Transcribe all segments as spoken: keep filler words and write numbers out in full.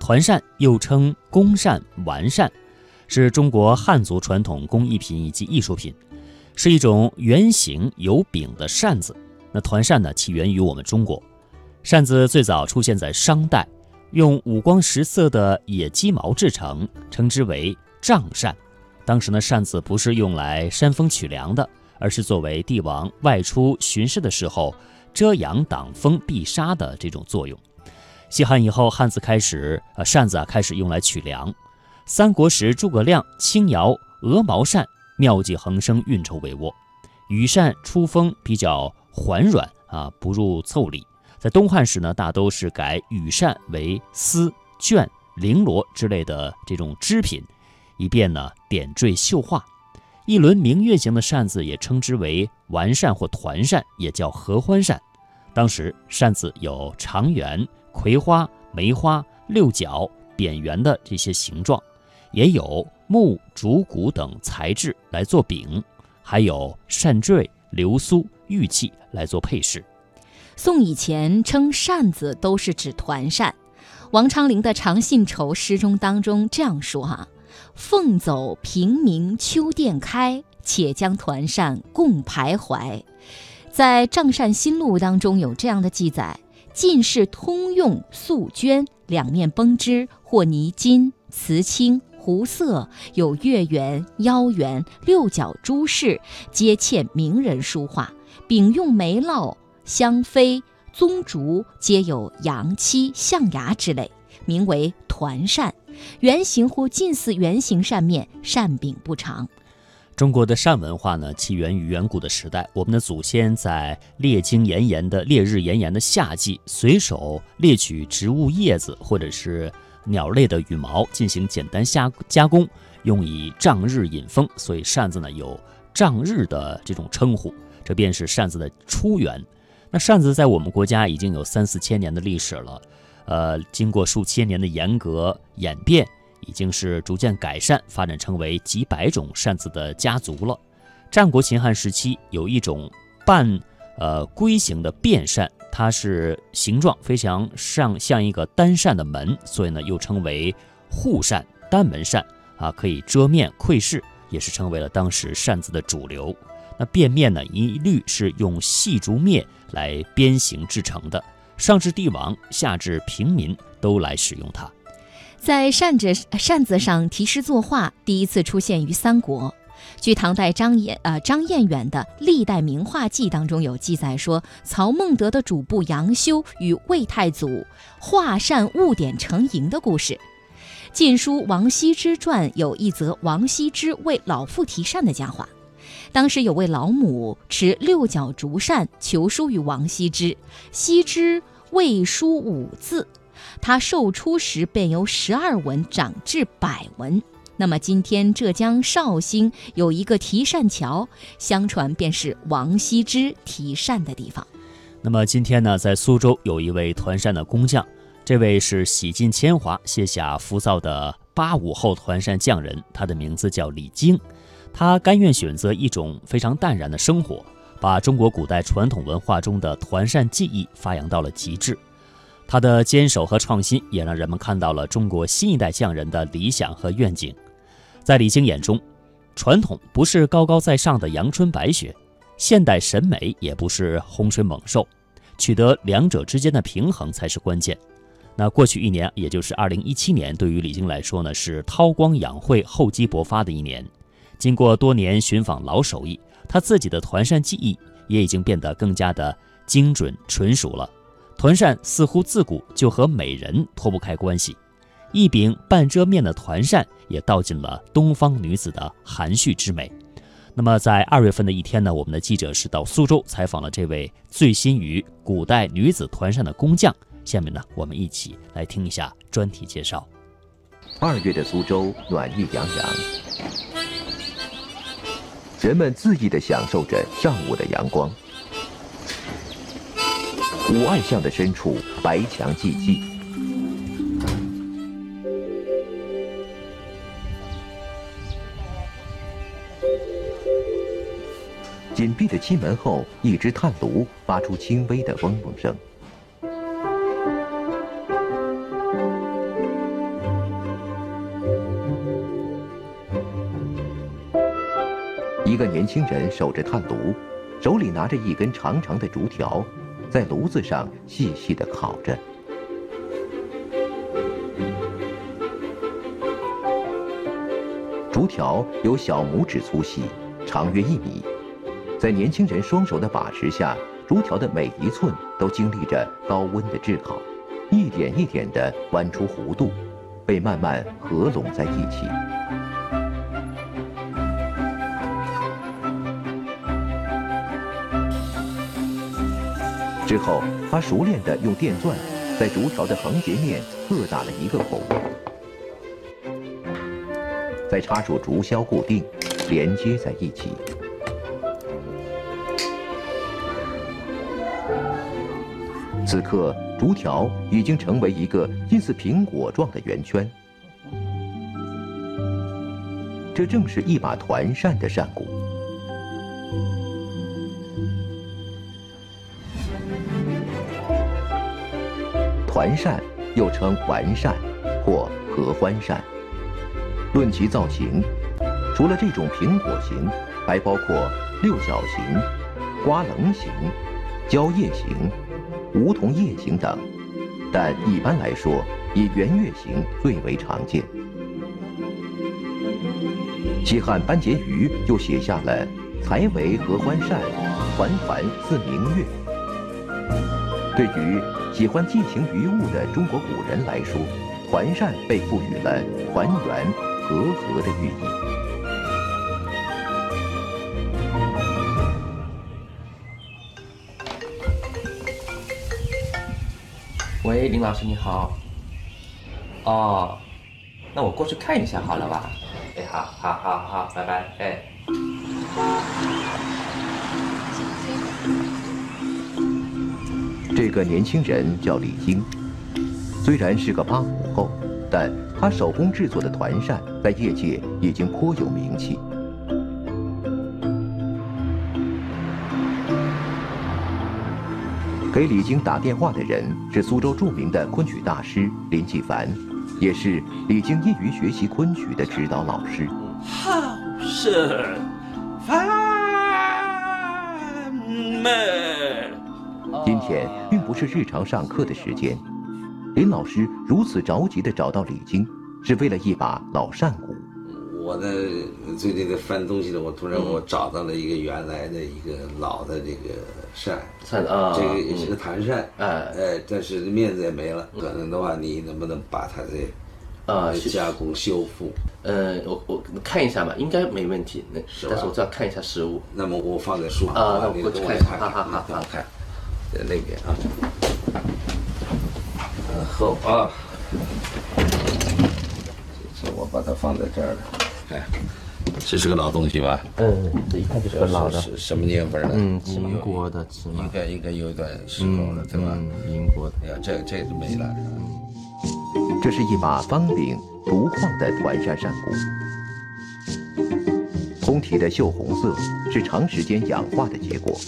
团扇又称工扇、完扇，是中国汉族传统工艺品以及艺术品，是一种圆形有柄的扇子。那团扇呢，起源于我们中国。扇子最早出现在商代，用五光十色的野鸡毛制成，称之为帐扇。当时呢，扇子不是用来扇风取凉的，而是作为帝王外出巡视的时候遮阳挡风避沙的这种作用。西汉以后，汉字开始，呃，扇子啊开始用来取凉。三国时，诸葛亮轻摇鹅毛扇，妙计横生，运筹帷幄。羽扇出风比较缓软啊，不入腠理。在东汉时呢，大都是改羽扇为丝、绢、绫罗之类的这种织品，以便呢点缀绣画。一轮明月形的扇子也称之为完扇或团扇，也叫合欢扇。当时扇子有长圆、葵花、梅花、六角、扁圆的这些形状，也有木、竹、骨等材质来做柄，还有扇坠、流苏、玉器来做配饰。 宋以前称扇子都是指团扇。王昌龄的《长信愁》诗中当中这样说哈、啊：凤走平明秋店开，且将团扇共徘徊。在《帐扇新录》当中有这样的记载：尽是通用素绢，两面绷织，或泥金、瓷青、湖色，有月圆、腰圆、六角珠饰，皆嵌名人书画，柄用梅烙、香妃、棕竹，皆有阳漆、象牙之类，名为团扇。圆形或近似圆形扇面，扇柄不长。 中国的扇文化呢，起源于远古的时代。我们的祖先在烈经炎炎的烈日炎炎的夏季，随手猎取植物叶子或者是鸟类的羽毛，进行简单加加工，用以仗日引风。所以扇子呢有仗日的这种称呼，这便是扇子的出源。那扇子在我们国家已经有三四千年的历史了，呃，经过数千年的严格演变，已经是逐渐改善，发展成为几百种扇子的家族了。战国秦汉时期有一种半呃龟形的便扇，它是形状非常像像一个单扇的门，所以呢又称为户扇、单门扇啊，可以遮面窥视，也是成为了当时扇子的主流。那便面呢，一律是用细竹篾来编形制成的，上至帝王，下至平民都来使用它。 在扇子扇子上题诗作画，第一次出现于三国。据唐代张彦呃张彦远的《历代名画记》当中有记载说，曹孟德的主簿杨修与魏太祖画扇误点成营的故事。晋书王羲之传有一则王羲之为老父题扇的佳话。当时有位老母持六角竹扇求书于王羲之，羲之未书五字，他售出时便由十二文长至百文。那么今天浙江绍兴有一个题扇桥，相传便是王羲之题扇的地方。 那么今天呢，在苏州有一位团扇的工匠，这位是洗尽铅华卸下浮躁的八五后团扇匠人，他的名字叫李菁。他甘愿选择一种非常淡然的生活，把中国古代传统文化中的团扇技艺发扬到了极致。他的坚守和创新也让人们看到了中国新一代匠人的理想和愿景。在李菁眼中，传统不是高高在上的阳春白雪，现代审美也不是洪水猛兽，取得两者之间的平衡才是关键。那过去一年，也就是二零一七年，对于李菁来说呢，是韬光养晦、厚积薄发的一年。经过多年寻访老手艺，他自己的团扇技艺也已经变得更加的精准纯熟了。团扇似乎自古就和美人脱不开关系，一柄半遮面的团扇也道尽了东方女子的含蓄之美。那么在二月份的一天呢，我们的记者是到苏州采访了这位醉心于古代女子团扇的工匠。下面呢，我们一起来听一下专题介绍。 二月的苏州暖意洋洋，人们恣意地享受着上午的阳光。五爱巷的深处，白墙寂寂，紧闭的漆门后，一只炭炉发出轻微的嗡嗡声。 一个年轻人守着炭炉，手里拿着一根长长的竹条，在炉子上细细地烤着。竹条有小拇指粗细，长约一米。在年轻人双手的把持下，竹条的每一寸都经历着高温的炙烤，一点一点地弯出弧度，被慢慢合拢在一起。之后，他熟练地用电钻在竹条的横截面各打了一个孔，再插入竹销固定，连接在一起。此刻，竹条已经成为一个近似苹果状的圆圈。这正是一把团扇的扇骨。团扇又称丸扇或合欢扇。论其造型，除了这种苹果形，还包括六角形、瓜棱形、蕉叶形、梧桐叶形等，但一般来说，以圆月形最为常见。西汉班婕妤就写下了“才为合欢扇，团团似明月”。对于喜欢寄情于物的中国古人来说，团扇被赋予了团圆、和合的寓意。 喂，林老师你好。哦，那我过去看一下好了吧？哎，好，好，好，好，拜拜，哎。 这个年轻人叫李菁，虽然是个八五后，但他手工制作的团扇在业界已经颇有名气。给李菁打电话的人是苏州著名的昆曲大师林继凡，也是李菁业余学习昆曲的指导老师。 好是烦闷。 今天并不是日常上课的时间，林老师如此着急地找到李菁，是为了一把老扇骨。 我呢最近在翻东西呢，我突然我找到了一个原来的一个老的这个扇， 扇啊， 这个也是个弹扇， 哎哎，但是面子也没了，可能的话，你能不能把它这啊加工修复？ 呃，我我看一下嘛，应该没问题。那是吧但是我只要看一下实物。 那么我放在书房啊，那我你过去看一下。 跟我看， 好好好好看，在那边啊。然后啊，这我把它放在这儿了。哎，这是个老东西吧？ 嗯，这一看就是个老的。 是什么年份的？ 嗯，民国的尺码。 应该应该有一段时候了，对吧？ 嗯，民国的。 哎呀，这这就没了。 这是一把方柄竹框的团扇扇骨，通体的锈红色是长时间氧化的结果。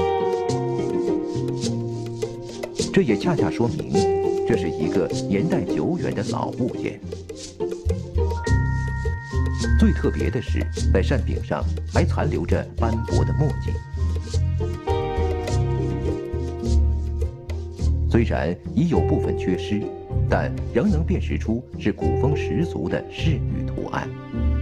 这也恰恰说明，这是一个年代久远的老物件。最特别的是，在扇柄上还残留着斑驳的墨迹。虽然已有部分缺失，但仍能辨识出是古风十足的仕女图案。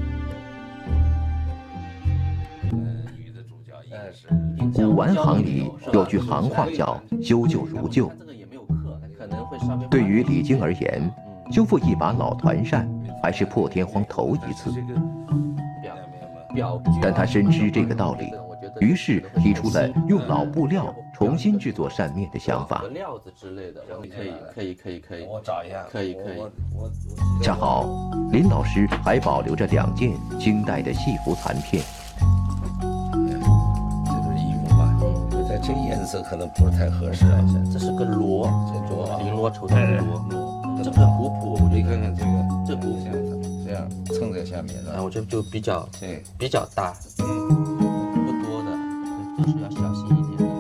古玩行里有句行话叫“修旧如旧”。对于李菁而言，修复一把老团扇还是破天荒头一次。但他深知这个道理，于是提出了用老布料重新制作扇面的想法。 料子之类的，可以，可以，可以，可以。 我找一下。 可以，可以。 恰好，林老师还保留着两件清代的戏服残片。 这都是衣服吧？嗯，在这颜色可能不是太合适。 这是个螺，这螺绫罗绸缎的螺，这很古朴。我你看看这个， 这古朴。 这样撑在下面的， 啊，我觉得就比较对比较大，不多的，就是要小心一点。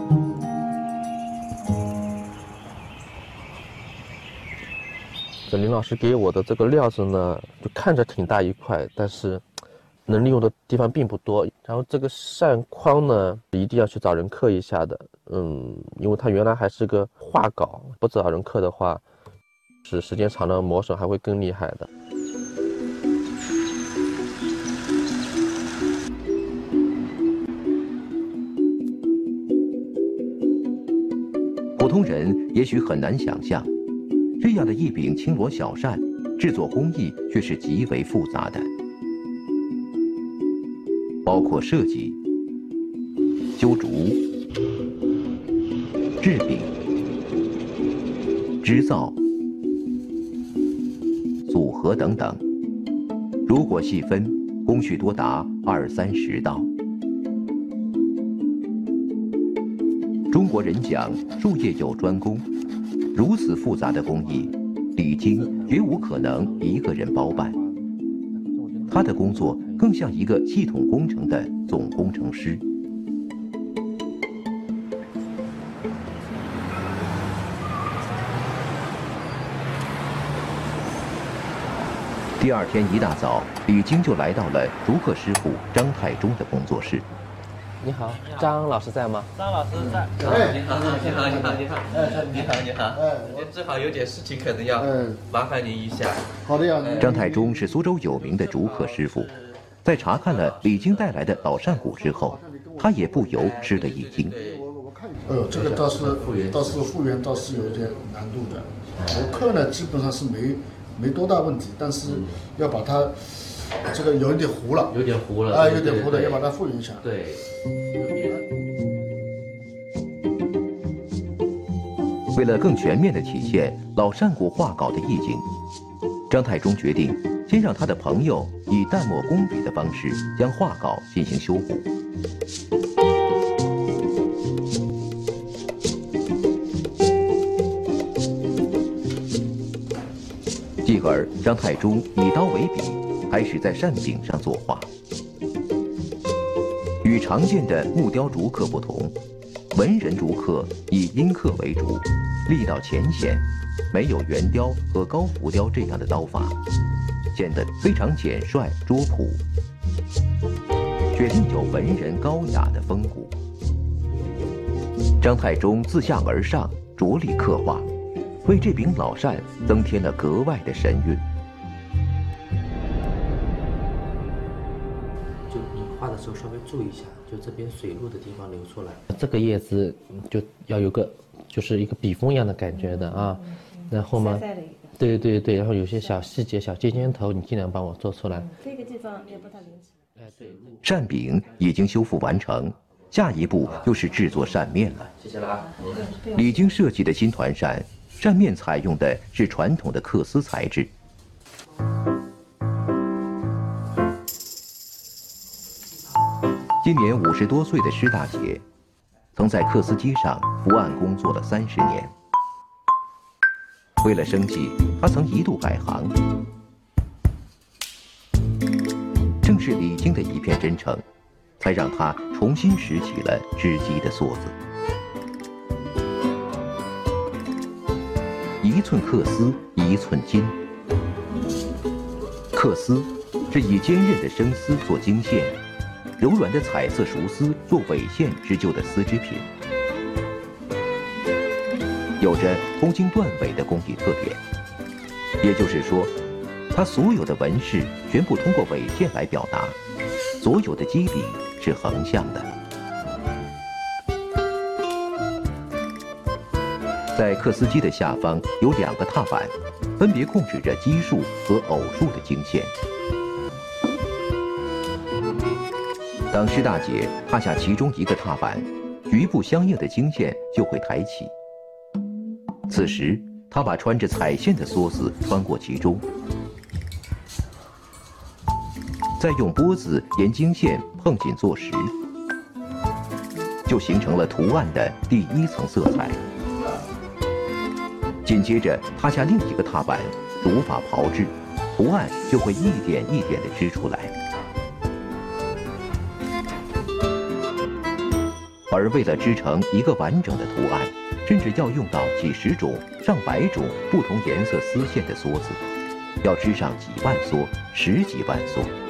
这林老师给我的这个料子呢，就看着挺大一块，但是能利用的地方并不多。然后这个扇框呢，一定要去找人刻一下的，嗯，因为它原来还是个画稿，不找人刻的话，是时间长了磨损还会更厉害的。 普通人也许很难想象，这样的一柄青罗小扇，制作工艺却是极为复杂的，包括设计、修竹、制柄、织造、组合等等。如果细分，工序多达二三十道。中国人讲术业有专攻，如此复杂的工艺，李菁绝无可能一个人包办。他的工作更像一个系统工程的总工程师。第二天一大早，李菁就来到了竹刻师傅张太忠的工作室。 你好，张老师在吗？ 张老师在。哎，你好，你好，你好，你好，你好，你好，你好。哎，我正好有点事情，可能要麻烦您一下。 好的呀。 张太忠是苏州有名的竹刻师傅，在查看了李菁带来的老扇骨之后，他也不由吃了一惊。 哎呦，这个倒是倒是复原倒是有点难度的。我刻呢基本上是没没多大问题，但是要把它这个有一点糊了， 有点糊了啊，有点糊的，要把它复原一下。 对。 为了更全面地体现老扇骨画稿的意境，张太忠决定先让他的朋友以淡墨工笔的方式将画稿进行修补。继而，张太忠以刀为笔，开始在扇柄上作画。与常见的木雕竹刻不同，文人竹刻以阴刻为主，力道浅显，没有圆雕和高浮雕这样的刀法，显得非常简率拙朴，却另有文人高雅的风骨。张太忠自下而上着力刻画，为这柄老扇增添了格外的神韵。 就你画的时候稍微注意一下，就这边水路的地方流出来。这个叶子就要有个，就是一个笔锋一样的感觉的啊。然后嘛，对对对，然后有些小细节、小尖尖头，你尽量帮我做出来。 这个地方也不太连起来。 哎，对。 扇柄已经修复完成，下一步就是制作扇面了。 谢谢了啊。 李菁设计的新团扇，扇面采用的是传统的缂丝材质。今年五十多岁的施大姐，曾在缂丝机上伏案工作了三十年。为了生计，她曾一度改行。正是李菁的一片真诚，才让她重新拾起了织机的梭子。一寸缂丝，一寸金。缂丝是以坚韧的生丝做经线，柔软的彩色熟丝做纬线织就的丝织品，有着通经断纬的工艺特点。也就是说，它所有的纹饰全部通过纬线来表达，所有的基底是横向的。在缂丝机的下方有两个踏板，分别控制着奇数和偶数的经线。当施大姐踏下其中一个踏板，局部相应的经线就会抬起。此时，她把穿着彩线的梭子穿过其中，再用拨子沿经线碰紧做实，就形成了图案的第一层色彩。紧接着，踏下另一个踏板，如法炮制，图案就会一点一点地织出来。而为了织成一个完整的图案，甚至要用到几十种、上百种不同颜色丝线的梭子，要织上几万梭、十几万梭。